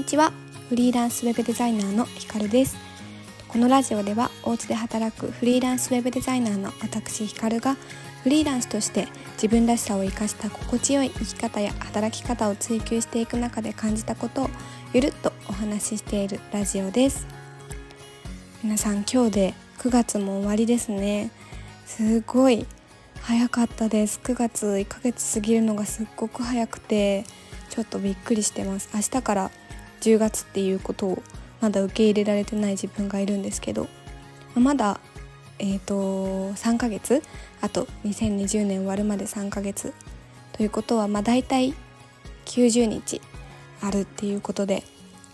にちは。フリーランスウェブデザイナーのひかるです。このラジオではお家で働くフリーランスウェブデザイナーの私ひかるがフリーランスとして自分らしさを生かした心地よい生き方や働き方を追求していく中で感じたことをゆるっとお話ししているラジオです。皆さん、今日で9月も終わりですね。すごい早かったです。9月1ヶ月過ぎるのがすっごく早くてちょっとびっくりしてます。明日から10月っていうことをまだ受け入れられてない自分がいるんですけど、まだ3ヶ月、あと2020年終わるまで3ヶ月ということは、だいたい90日あるっていうことで、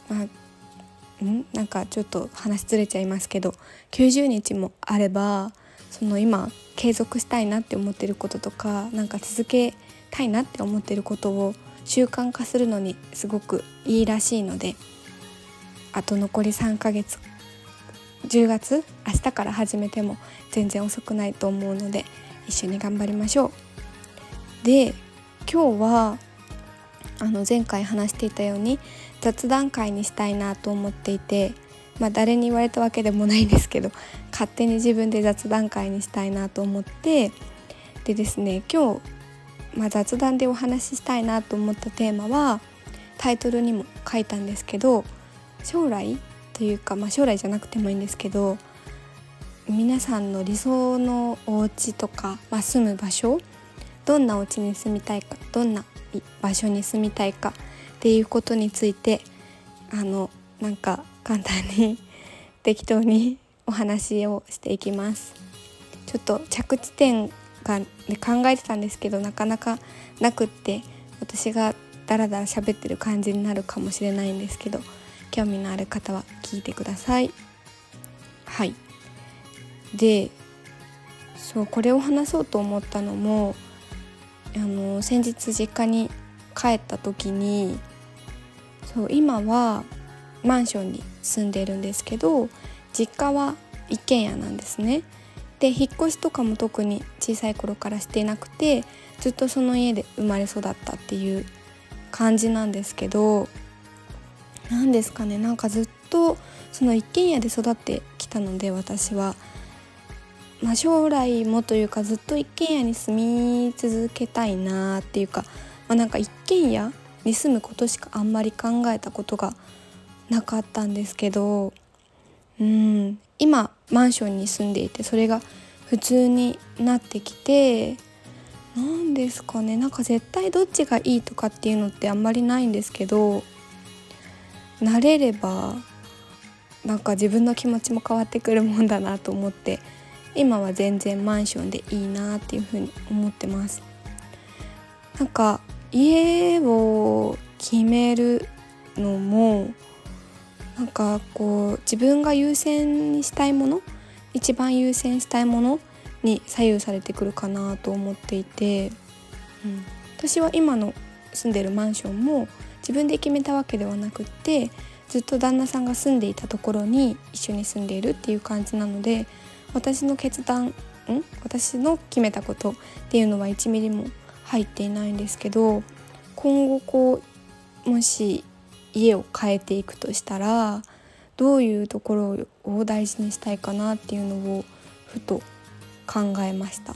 なんかちょっと話ずれちゃいますけど、90日もあればその今継続したいなって思ってることとか、なんか続けたいなって思ってることを習慣化するのにすごくいいらしいので、あと残り3ヶ月、10月明日から始めても全然遅くないと思うので一緒に頑張りましょう。で、今日は前回話していたように雑談会にしたいなと思っていて、誰に言われたわけでもないんですけど、勝手に自分で雑談会にしたいなと思って、でですね、今日雑談でお話ししたいなと思ったテーマはタイトルにも書いたんですけど、将来というか、将来じゃなくてもいいんですけど、皆さんの理想のお家とか、住む場所、どんなお家に住みたいか、どんな場所に住みたいかっていうことについてなんか簡単に適当にお話をしていきます。ちょっと着地点が、考えてたんですけどなかなかなくって、私がダラダラ喋ってる感じになるかもしれないんですけど、興味のある方は聞いてください。はい。で、これを話そうと思ったのも、先日実家に帰った時に、今はマンションに住んでるんですけど、実家は一軒家なんですね。で、引っ越しとかも特に小さい頃からしていなくて、ずっとその家で生まれ育ったっていう感じなんですけど、なんですかね、なんかずっとその一軒家で育ってきたので、私は将来もというかずっと一軒家に住み続けたいなっていうか、なんか一軒家に住むことしかあんまり考えたことがなかったんですけど、今マンションに住んでいて、それが普通になってきて、なんですかね、なんか絶対どっちがいいとかっていうのってあんまりないんですけど、慣れればなんか自分の気持ちも変わってくるもんだなと思って、今は全然マンションでいいなっていうふうに思ってます。なんか家を決めるのも、なんか自分が優先にしたいもの、一番優先したいものに左右されてくるかなと思っていて、私は今の住んでるマンションも自分で決めたわけではなくって、ずっと旦那さんが住んでいたところに一緒に住んでいるっていう感じなので、私の決めたことっていうのは1ミリも入っていないんですけど、今後もし家を変えていくとしたら、どういうところを大事にしたいかなっていうのをふと考えました。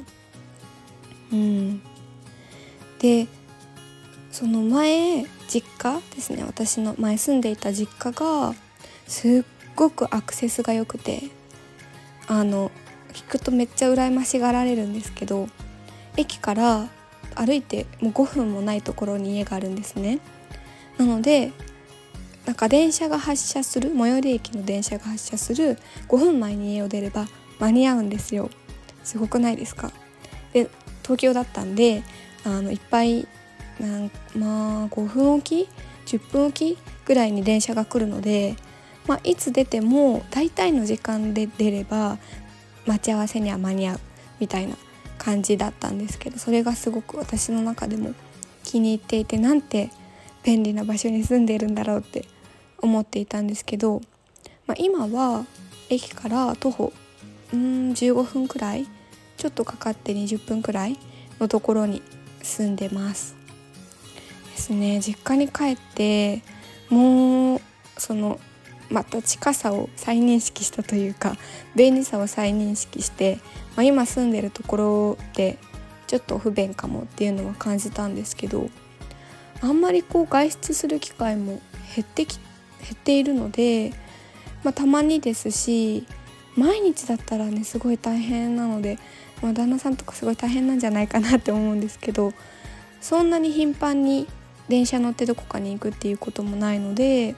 で、その実家ですね、私の前住んでいた実家がすっごくアクセスが良くて、聞くとめっちゃ羨ましがられるんですけど、駅から歩いてもう5分もないところに家があるんですね。なので、なんか電車が発車する、最寄り駅の電車が発車する5分前に家を出れば間に合うんですよ。すごくないですか？で、東京だったんでいっぱい5分おき10分おきぐらいに電車が来るので、いつ出ても大体の時間で出れば待ち合わせには間に合うみたいな感じだったんですけど、それがすごく私の中でも気に入っていて、なんて便利な場所に住んでいるんだろうって思っていたんですけど、今は駅から徒歩15分くらい、ちょっとかかって20分くらいのところに住んでますですね。実家に帰ってもうまた近さを再認識したというか、便利さを再認識して、今住んでるところでちょっと不便かもっていうのは感じたんですけど、あんまり外出する機会も減っているので、たまにですし、毎日だったらねすごい大変なので、旦那さんとかすごい大変なんじゃないかなって思うんですけど、そんなに頻繁に電車乗ってどこかに行くっていうこともないので、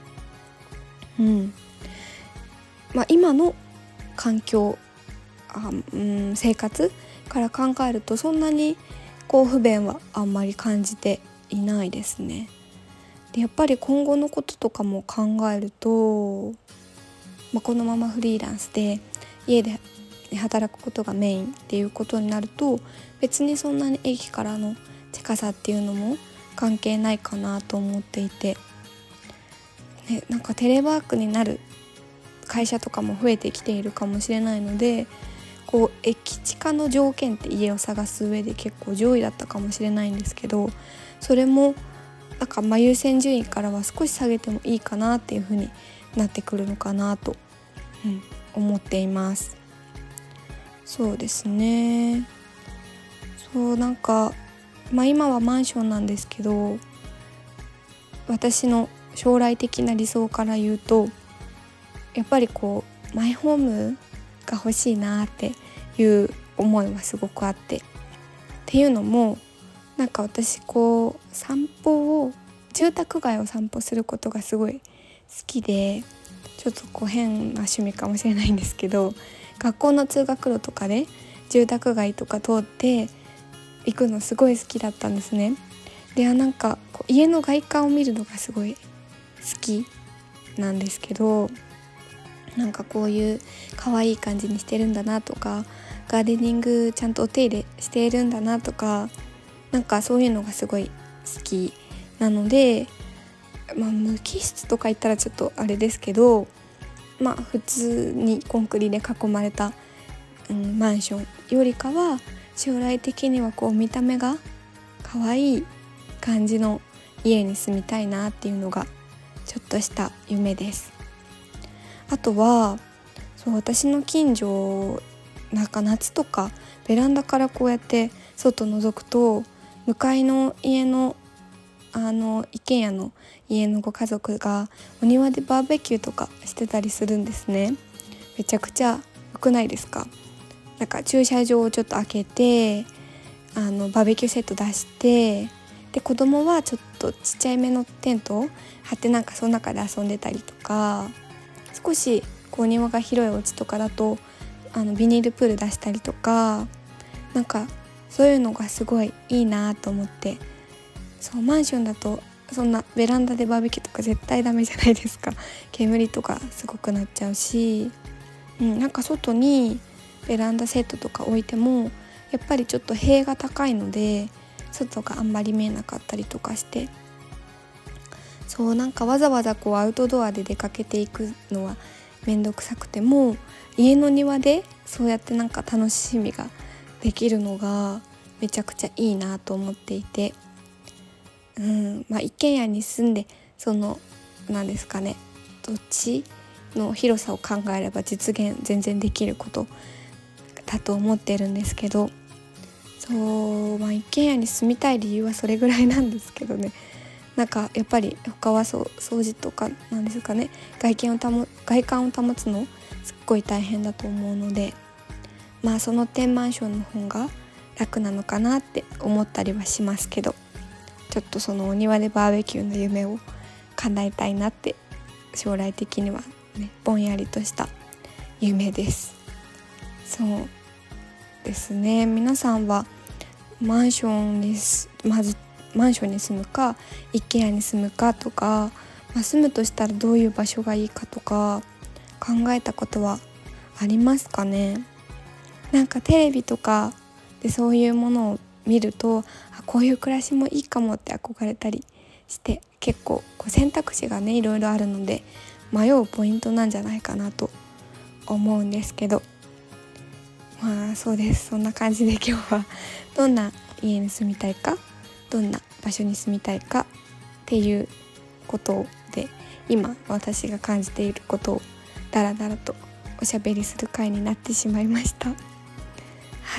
今の環境、生活から考えるとそんなに不便はあんまり感じていないですね。でやっぱり今後のこととかも考えると、このままフリーランスで家で働くことがメインっていうことになると、別にそんなに駅からの近さっていうのも関係ないかなと思っていて、なんかテレワークになる会社とかも増えてきているかもしれないので、駅近の条件って家を探す上で結構上位だったかもしれないんですけど、それもなんか優先順位からは少し下げてもいいかなっていう風になってくるのかなと、思っています。そうですね。なんか、今はマンションなんですけど、私の将来的な理想から言うと、やっぱりマイホームが欲しいなっていう思いはすごくあって、っていうのもなんか私住宅街を散歩することがすごい好きで、ちょっと変な趣味かもしれないんですけど、学校の通学路とかで住宅街とか通って行くのすごい好きだったんですね。でなんか家の外観を見るのがすごい好きなんですけど、なんかこういう可愛い感じにしてるんだなとか、ガーデニングちゃんとお手入れしているんだなとか、なんかそういうのがすごい好きなので、無機質とか言ったらちょっとあれですけど、普通にコンクリで囲まれた、マンションよりかは、将来的には見た目が可愛い感じの家に住みたいなっていうのがちょっとした夢です。あとは私の近所、なんか夏とかベランダからこうやって外覗くと、向かいの家の一軒家の家のご家族がお庭でバーベキューとかしてたりするんですね。めちゃくちゃ良くないですか？なんか駐車場をちょっと開けて、バーベキューセット出して、で子供はちょっとちっちゃいめのテントを張って、なんかその中で遊んでたりとか、少し庭が広いお家とかだとビニールプール出したりとか、なんかそういうのがすごいいいなと思って。マンションだとそんなベランダでバーベキューとか絶対ダメじゃないですか。煙とかすごくなっちゃうし、なんか外にベランダセットとか置いてもやっぱりちょっと塀が高いので、外があんまり見えなかったりとかして、なんかわざわざアウトドアで出かけていくのはめんどくさくても、家の庭でそうやってなんか楽しみができるのがめちゃくちゃいいなと思っていて、一軒家に住んでなんですかね、土地の広さを考えれば実現全然できることだと思ってるんですけど、一軒家に住みたい理由はそれぐらいなんですけどね。なんかやっぱり他は掃除とかなんですかね、外観を保つのすっごい大変だと思うので、その点マンションの方が楽なのかなって思ったりはしますけど、ちょっとお庭でバーベキューの夢を叶えたいなって、将来的にはね、ぼんやりとした夢です。そうですね。皆さんはマンションに住むか一軒家に住むかとか、住むとしたらどういう場所がいいかとか考えたことはありますかね。なんかテレビとかでそういうものを見ると、こういう暮らしもいいかもって憧れたりして、結構選択肢がねいろいろあるので迷うポイントなんじゃないかなと思うんですけど、そうです。そんな感じで今日はどんな家に住みたいか、どんな場所に住みたいかっていうことで、今私が感じていることをダラダラとおしゃべりする回になってしまいました。はい、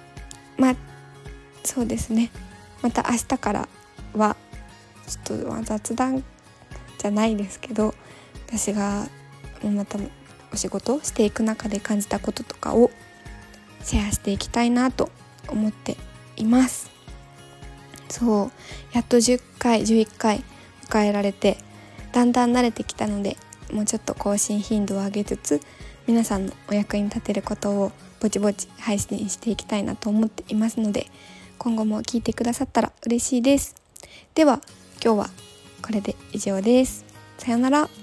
そうですね、また明日からはちょっと雑談じゃないですけど、私がまたお仕事をしていく中で感じたこととかをシェアしていきたいなと思っています。そう、やっと10回11回迎えられて、だんだん慣れてきたので、もうちょっと更新頻度を上げつつ、皆さんのお役に立てることをぼちぼち配信していきたいなと思っていますので、今後も聞いてくださったら嬉しいです。では今日はこれで以上です。さようなら。